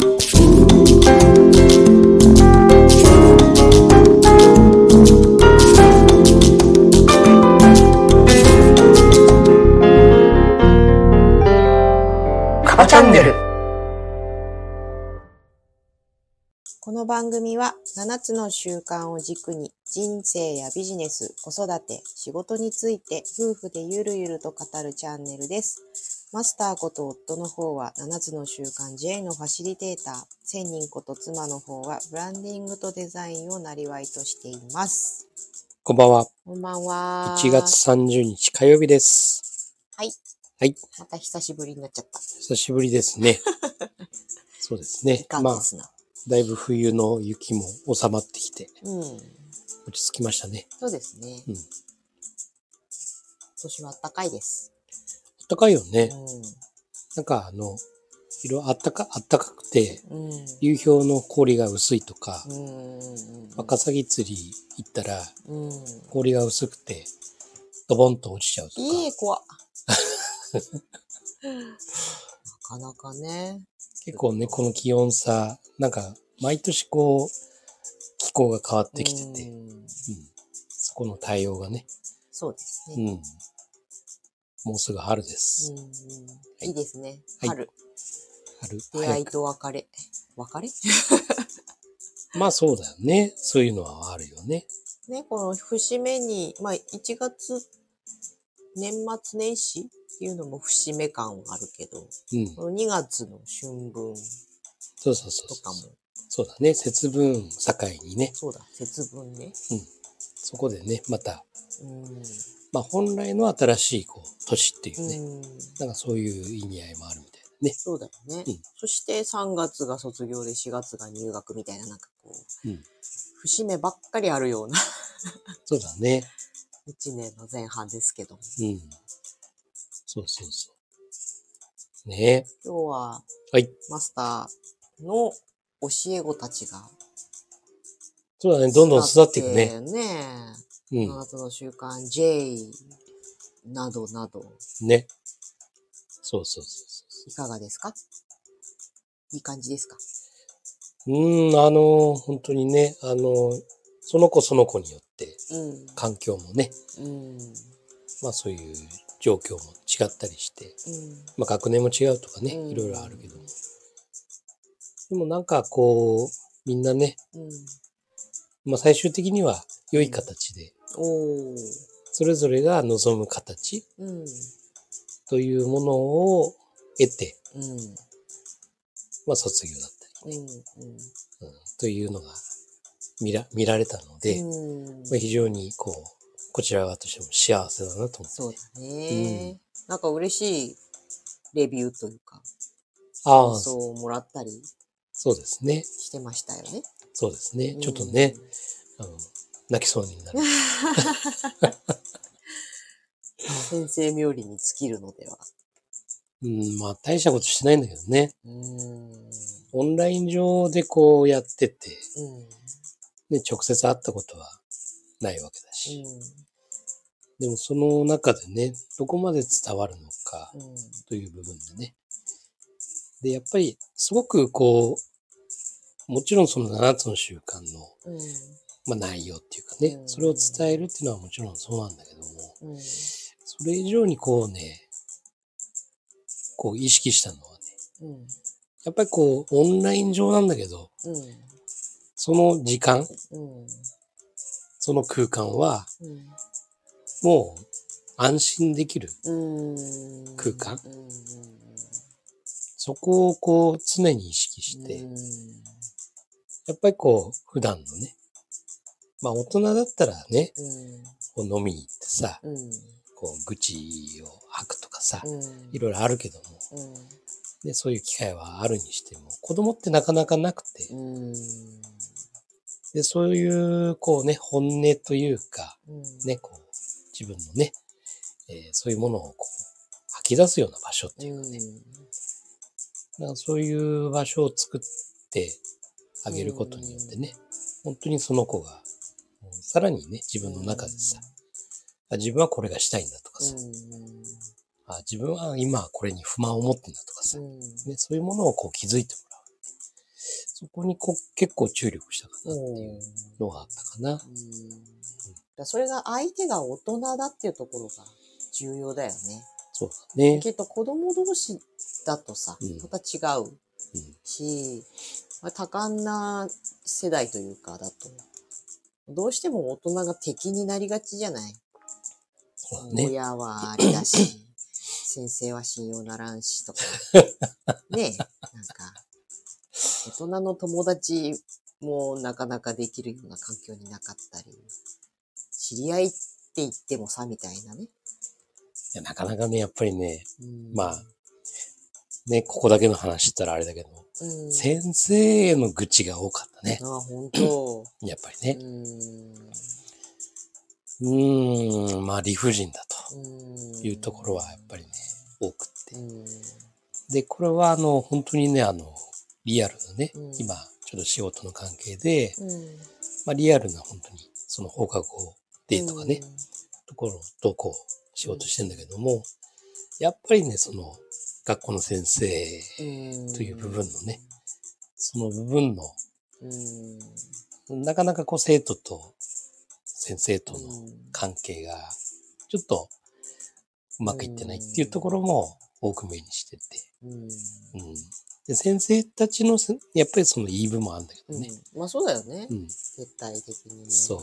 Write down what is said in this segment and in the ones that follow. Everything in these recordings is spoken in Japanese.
カバチャンネル。 この番組は7つの習慣を軸に人生やビジネス、子育て、仕事について夫婦でゆるゆると語るチャンネルです。マスターこと夫の方は7つの習慣 J のファシリテーター、1000人こと妻の方はブランディングとデザインをなりわいとしています。 こんばんは。 こんばんは。 1月30日火曜日です。 はい。 はい。 また久しぶりになっちゃった。 久しぶりですね。そうですね。 いかんですな。 だいぶ冬の雪も収まってきて、 落ち着きましたね。 そうですね。今年は暖かいです。 暖かいよね。なんかあったかくて、流氷の氷が薄いとか、ワカサギ釣り行ったら、氷が薄くて、ドボンと落ちちゃうとか。 怖っ。なかなかね。 結構ね、この気温差、なんか、毎年気候が変わってきてて、そこの対応がね。 そうですね。 もうすぐ春です。 いいですね。 春。 出会いと別れ。別れまあそうだよね。そういうのはあるよね。 ね、この節目に、1月、年末年始っていうのも節目感はあるけど、この2月の春分とかも。 そうだね。節分境にね。 そうだ、節分ね。 そこでね、また、本来の新しい年っていうね。なんかそういう意味合いもあるみたいなね。 そうだよね。そして3月が卒業で4月が入学みたいな、節目ばっかりあるような。 そうだね。 1年の前半ですけども。 そう。ね。 今日は、マスターの教え子たちが、 そうだね。どんどん育っていくね。 7つの習慣 J などなど。 ね。そう。 いかがですか？いい感じですか？ 本当にね、その子によって、環境もね、そういう状況も違ったりして、学年も違うとかね、いろいろあるけども。でもなんかみんなね、最終的には良い形で、それぞれが望む形というものを得て、卒業だったりね、というのが見られたので、非常にこちら側としても幸せだなと思って。 そうだね。なんか嬉しいレビューというか、そうもらったりそうですね。 してましたよね。 そうですね。ちょっとね、泣きそうになる。 先生冥利に尽きるのでは。 大したことしてないんだけどね。オンライン上でやってて、直接会ったことはないわけだし。でもその中でね、どこまで伝わるのかという部分でね。で、やっぱりすごくもちろんその7つの習慣の、内容っていうかね、それを伝えるっていうのはもちろんそうなんだけども、それ以上に意識したのはね、やっぱりオンライン上なんだけど、その時間、その空間は、もう安心できる空間、そこを常に意識して、やっぱり普段のね、大人だったらね、飲みに行ってさ、愚痴を吐くとかさ、いろいろあるけども、で、そういう機会はあるにしても、子供ってなかなかなくて、で、そういう本音というか、ね、自分のね、そういうものを吐き出すような場所っていうかね、だからそういう場所を作ってあげることによってね、本当にその子が、さらにね、自分の中でさ、自分はこれがしたいんだとかさ、自分は今これに不満を持ってんだとかさ、ね、そういうものを気づいてもらう。 そこに結構注力したかなっていうのがあったかな。 それが相手が大人だっていうところが重要だよね。 そうだね。 きっと子供同士だとさ、また違うし、多感な世代というかだと、どうしても大人が敵になりがちじゃない。ね、親はあれだし、先生は信用ならんしとか。ね、なんか、大人の友達もなかなかできるような環境になかったり、知り合いって言ってもさ、みたいなね。いや、なかなかね、やっぱりね、まあ、ね、ここだけの話したらあれだけど、先生への愚痴が多かったね。 本当。 やっぱりね。まあ理不尽だというところはやっぱりね、多くって。で、これは本当にね、リアルなね、今、ちょっと仕事の関係で、まあリアルな本当に、その放課後デーとかね、ところとこう、仕事してんだけども、やっぱりね、その、学校の先生という部分のね、その部分の、なかなかこう生徒と先生との関係がちょっとうまくいってないっていうところも多く目にしてて、で先生たちのやっぱりその言い分もあるんだけどね。 まあそうだよね。絶対的にね。 そう。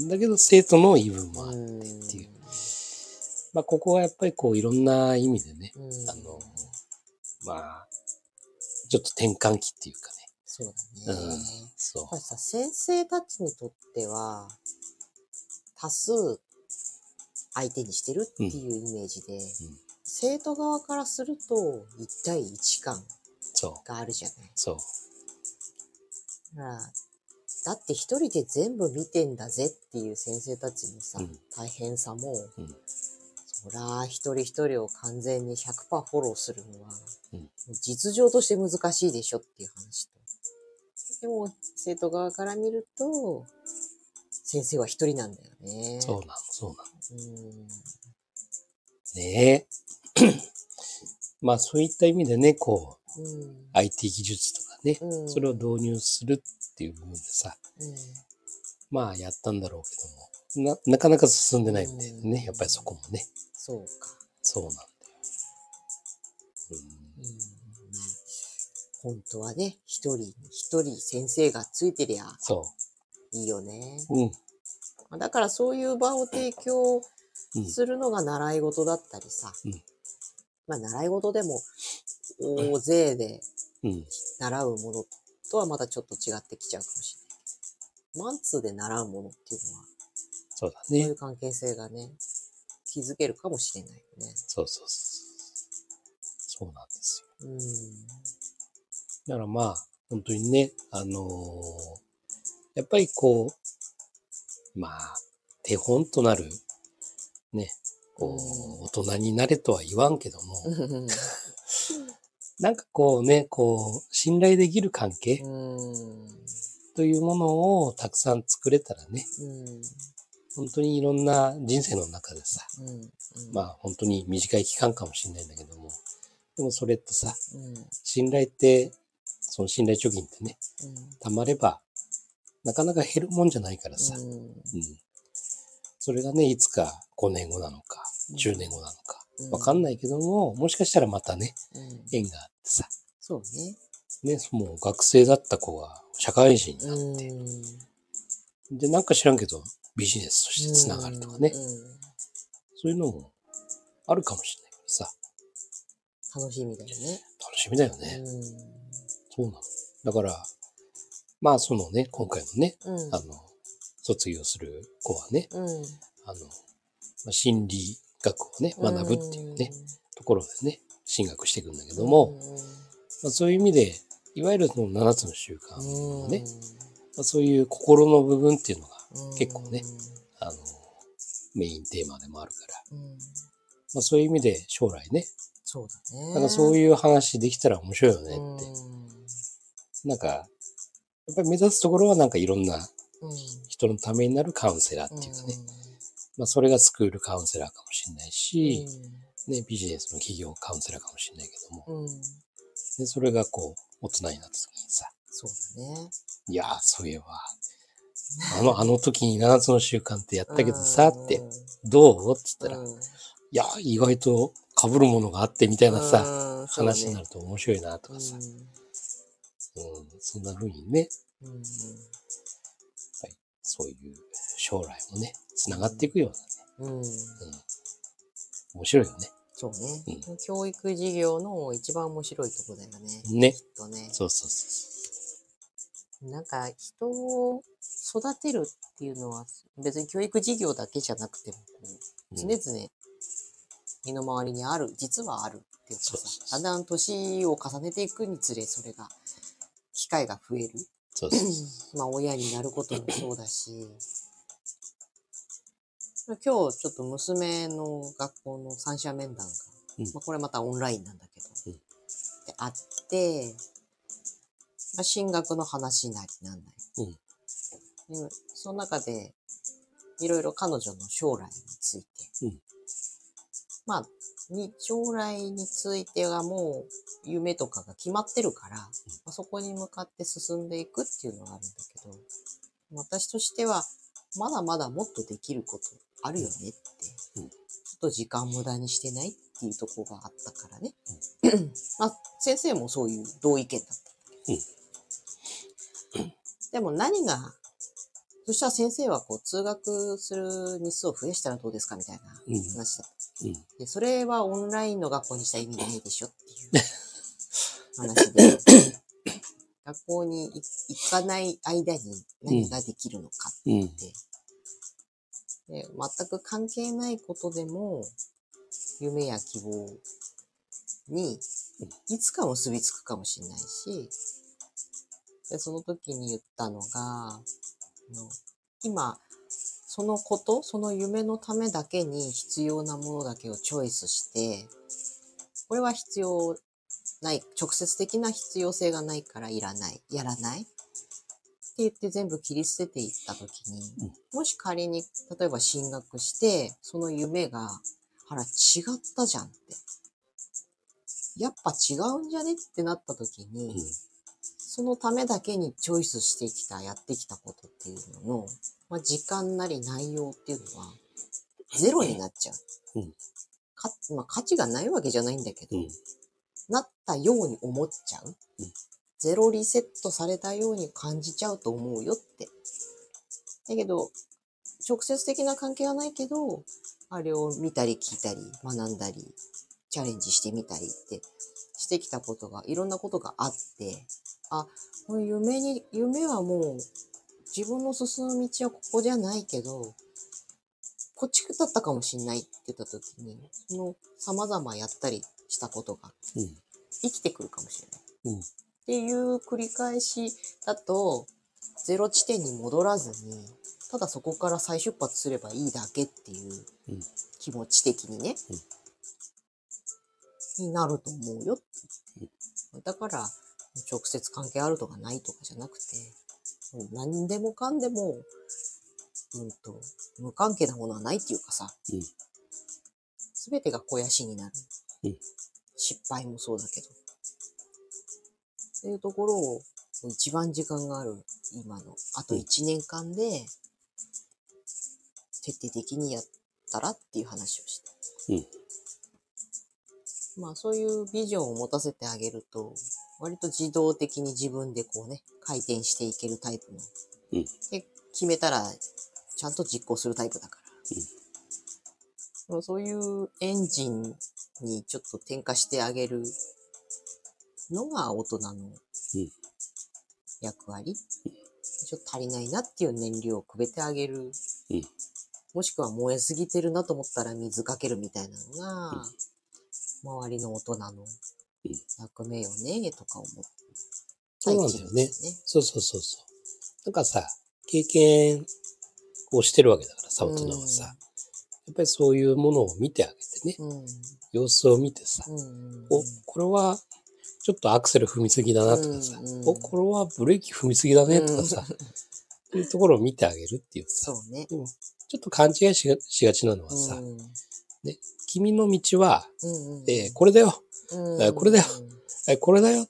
だけど生徒の言い分もあってっていう。まあここはやっぱりこういろんな意味でね、まあ、ちょっと転換期っていうかね。 そうだね。 そう。 やっぱりさ、先生たちにとっては、多数相手にしてるっていうイメージで、生徒側からすると1対1感があるじゃない。 そう。 だから、だって一人で全部見てんだぜっていう先生たちのさ、大変さも、そら一人一人を完全に 100% フォローするのは、実情として難しいでしょっていう話と。でも、生徒側から見ると、先生は一人なんだよね。 そうなの。ねえ。まあそういった意味でね、こう、IT 技術とかね、それを導入するっていう部分でさ、まあやったんだろうけども、なかなか進んでないみたいでね、やっぱりそこもね。 そうか。 そうなんだよ。 本当はね、一人先生がついてりゃ、いいよね。だからそういう場を提供するのが習い事だったりさ。まあ習い事でも大勢で習うものとはまたちょっと違ってきちゃうかもしれない。マンツーで習うものっていうのは、 そうだね。 そういう関係性がね、築けるかもしれないよね。 そうなんですよ。だからまあ、本当にね、やっぱりこう、まあ、手本となる、ね、こう、大人になれとは言わんけども、なんかこうね、こう、信頼できる関係というものをたくさん作れたらね、本当にいろんな人生の中でさ、まあ本当に短い期間かもしれないんだけども、でもそれってさ、信頼って、その信頼貯金ってね、貯まれば、なかなか減るもんじゃないからさ、それがね、いつか5年後なのか、10年後なのか、わかんないけども、もしかしたらまたね、縁があってさ、 そうね。 ね、もう学生だった子が社会人になって、で、なんか知らんけど、ビジネスとしてつながるとかね、そういうのもあるかもしれないからさ。 楽しみだよね。 楽しみだよね。そうなの。だから、まあそのね、今回のね、卒業する子はね、心理学をね、学ぶっていうね、ところでね、進学していくんだけども、まあ、そういう意味で、いわゆるその7つの習慣のね、まあ、そういう心の部分っていうのが結構ね、メインテーマでもあるから、まあ、そういう意味で将来ね、 そうだね。 なんかそういう話できたら面白いよねって。なんか、やっぱり目指すところはなんかいろんな人のためになるカウンセラーっていうかね、まあそれがスクールカウンセラーかもしれないし、ね、ビジネスの企業カウンセラーかもしれないけども、でそれがこう大人になった時にさ、 そうだね。 いやー、そういえば、あの時に7つの習慣ってやったけどさ、って、どうって言ったら、いや、意外と被るものがあってみたいなさ、話になると面白いなとかさ、そんな風にね、はい、そういう将来もね、繋がっていくようなね、面白いよね。 そうね、教育事業の一番面白いとこだよね。 ね。 きっとね。 そうそうそう。 なんか人を育てるっていうのは別に教育事業だけじゃなくても常々身の回りにある、実はあるっていうかさ、だんだん年を重ねていくにつれそれが機会が増える。 そうそうまあ親になることもそうだし、今日ちょっと娘の学校の三者面談が、まあ、これまたオンラインなんだけど、であって、まあ、進学の話なりなんなり、その中でいろいろ彼女の将来について、まあ将来についてはもう夢とかが決まってるから、まあ、そこに向かって進んでいくっていうのがあるんだけど、私としてはまだまだもっとできることあるよねって、ちょっと時間無駄にしてないっていうところがあったからね。まあ、先生もそういう同意見だった。でも何が、そしたら先生はこう通学する日数を増やしたらどうですかみたいな話だった。で、それはオンラインの学校にしたら意味ないでしょっていう話で、学校に行かない間に何ができるのかって、で全く関係ないことでも夢や希望にいつか結びつくかもしれないし、でその時に言ったのが、今そのこと、その夢のためだけに必要なものだけをチョイスして、これは必要ない、直接的な必要性がないからいらない、やらないって言って全部切り捨てていったときに、もし仮に例えば進学してその夢があら違ったじゃんって、やっぱ違うんじゃねってなったときに、そのためだけにチョイスしてきた、やってきたことっていうのの、まあ、時間なり内容っていうのはゼロになっちゃう。まあ、価値がないわけじゃないんだけど、なったように思っちゃう。ゼロリセットされたように感じちゃうと思うよって。だけど、直接的な関係はないけど、あれを見たり聞いたり、学んだり、チャレンジしてみたりってしてきたことが、いろんなことがあって、あ、この夢はもう自分の進む道はここじゃないけど、こっちだったかもしんないって言った時に、その様々やったりしたことが生きてくるかもしれない。っていう繰り返しだと、ゼロ地点に戻らずに、ただそこから再出発すればいいだけっていう気持ち的にね、になると思うよって言って。だから、直接関係あるとかないとかじゃなくて、何でもかんでも、無関係なものはないっていうかさ、すべてが肥やしになる。失敗もそうだけど。っていうところを一番時間がある今のあと1年間で徹底的にやったらっていう話をして、まあそういうビジョンを持たせてあげると割と自動的に自分でこうね回転していけるタイプの、で決めたらちゃんと実行するタイプだから、そういうエンジンにちょっと転化してあげるのが大人の役割、ちょっと足りないなっていう燃料をくべてあげる、もしくは燃えすぎてるなと思ったら水かけるみたいなのが、周りの大人の役目よねとか思って。 そうなんだよね。そうそうそうそう。なんかさ、経験をしてるわけだからさ、大人はさ、やっぱりそういうものを見てあげてね、様子を見てさ、これはちょっとアクセル踏みすぎだなとかさ、これはブレーキ踏みすぎだねとかさ、っていうところを見てあげるっていうさ、 そうね、 でもちょっと勘違いしがちなのはさ、ね、君の道は、これだよ、これだよ、これだよ、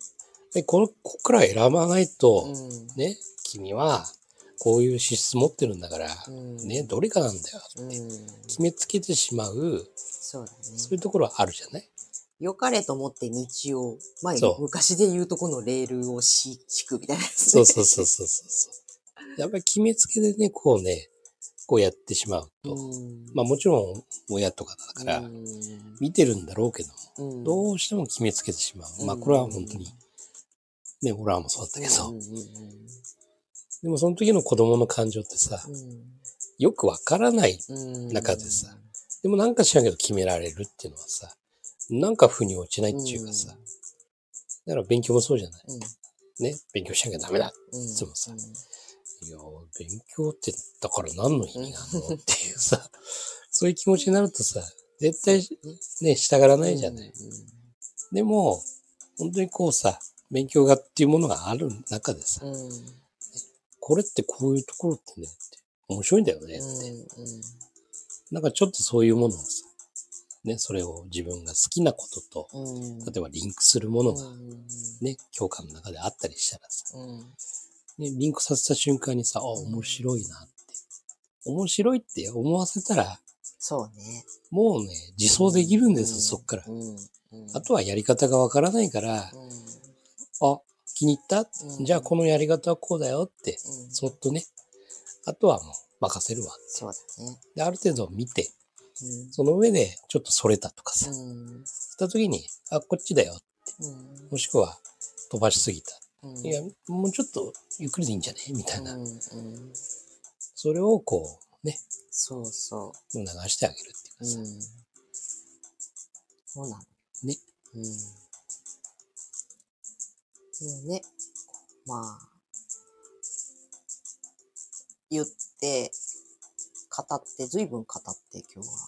でここから選ばないと、 うんね、君はこういう資質持ってるんだから、 うんね、どれかなんだよって決めつけてしまう、 そうだね。 そういうところはあるじゃない。 良かれと思って道を、まあ、 そう昔で言うとこのレールを敷くみたいなやつね。 そうそうそうそうそう。やっぱり決めつけでね、こうね、こうやってしまうと、まあもちろん親とかだから見てるんだろうけども、どうしても決めつけてしまう。まあこれは本当に、ね、俺はもそうだったけど、でもその時の子供の感情ってさ、よくわからない中でさ、でもなんか知らんけど決められるっていうのはさ、なんか腑に落ちないっていうかさ、だから勉強もそうじゃない。ね、勉強しなきゃダメだって言ってもさ、いや、勉強ってだから何の意味があるのっていうさ、そういう気持ちになるとさ、絶対ね、従わないじゃない。でも、本当にこうさ、勉強がっていうものがある中でさ、これってこういうところってね、って面白いんだよねって。なんかちょっとそういうものをさ、ね、それを自分が好きなことと、例えばリンクするものがね、教科の中であったりしたらさ、ね、リンクさせた瞬間にさ、あ、面白いなって。面白いって思わせたら、 そうね。 もうね、自走できるんですよ、そっから。あとはやり方がわからないから、あ、気に入った、じゃあこのやり方はこうだよって、そっとね、あとはもう任せるわって。 そうだね。 で、ある程度見て、その上でちょっとそれたとかさ、した時に、あ、こっちだよって、もしくは飛ばしすぎた。いや、もうちょっとゆっくりでいいんじゃねみたいな。それをこう、ね。 そうそう。 流してあげるっていうかさ。 そうなの。 ね。 ね。まあ、言って、語って、随分語って今日は。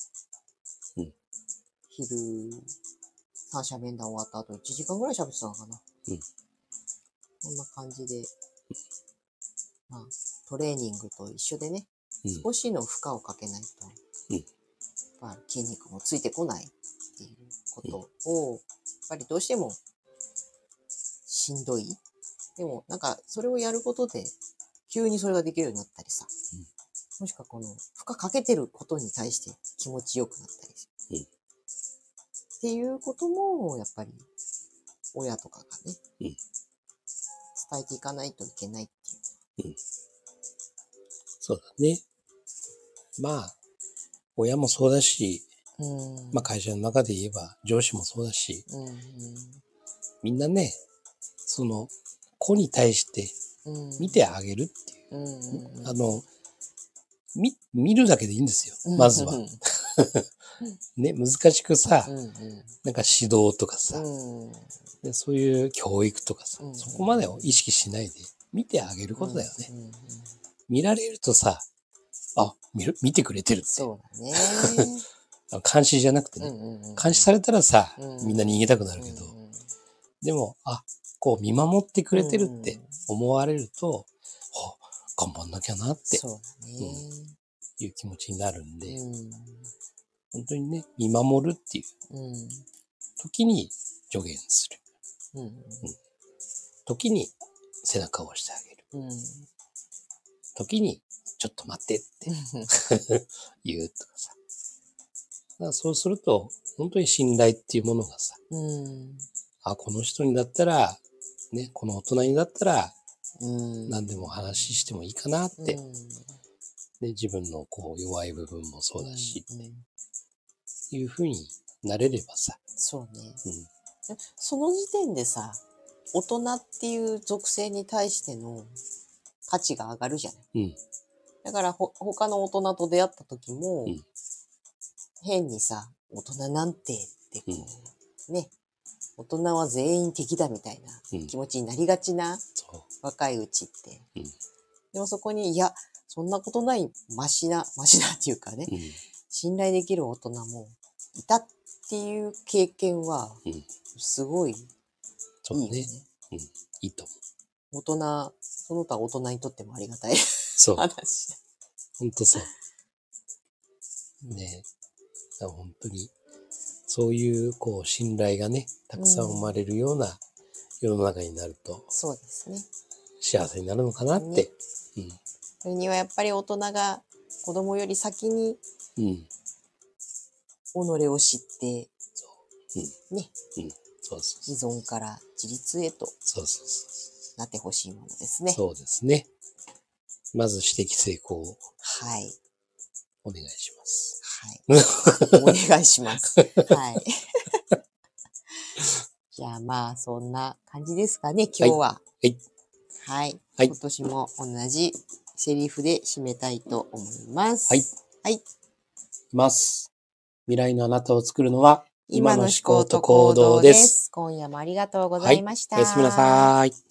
昼、三者面談終わった後1時間ぐらい喋ってたのかな。こんな感じで、まあ、トレーニングと一緒でね、少しの負荷をかけないと、やっぱり筋肉もついてこないっていうことを、やっぱりどうしてもしんどい。でも、なんか、それをやることで、急にそれができるようになったりさ、もしくはこの、負荷かけてることに対して気持ちよくなったり、っていうことも、やっぱり、親とかがね、伝えていかないといけないっていう。 そうだね。まあ、親もそうだし、まあ会社の中で言えば上司もそうだし、みんなね、その子に対して見てあげるっていう。見るだけでいいんですよ。まずは。ね、難しくさ、なんか指導とかさ、でそういう教育とかさ、そこまでを意識しないで見てあげることだよね。見られるとさ、あ、見てくれてるって。 そうだね。 監視じゃなくてね。監視されたらさ、みんな逃げたくなるけど、でも、あ、こう見守ってくれてるって思われると、頑張んなきゃなって、いう気持ちになるんで、本当にね、見守るっていう時に助言する。時に背中を押してあげる。時にちょっと待ってって言うとかさ。だからそうすると、本当に信頼っていうものがさ、あ、この人にだったら、ね、この大人にだったら、何でも話してもいいかなって、で自分のこう弱い部分もそうだし、っていう風になれればさ。 そうね。その時点でさ、大人っていう属性に対しての価値が上がるじゃない。だから他の大人と出会った時も、変にさ、大人なんてってこう、ね、大人は全員敵だみたいな気持ちになりがちな、若いうちって。でもそこに、いや、そんなことないマシなっていうかね、信頼できる大人もいたっていう経験は、すごいいいよね。 いいと思う。大人、その他大人にとってもありがたいそう。 話。 ほんとそう。ね。だから本当に、そういう、こう、信頼がね、たくさん生まれるような世の中になるとそうですね。 幸せになるのかなって。 ねうん。 それにはやっぱり大人が子供より先にうん。 己を知って、 うん。 ね、 うん。そうそう依そう。 存から自立へとそうそうそう。 なってほしいものですね。 そうですね。まず私的成功をはい。 お願いします。 はい。お願いします。はい。じゃあまあ、そんな感じですかね、今日は。 はい。 はい。 はい今年も同じセリフで締めたいと思います。 はい。 はい。 います。未来のあなたを作るのは今の思考と行動です。今夜もありがとうございました。 はい。おやすみなさい。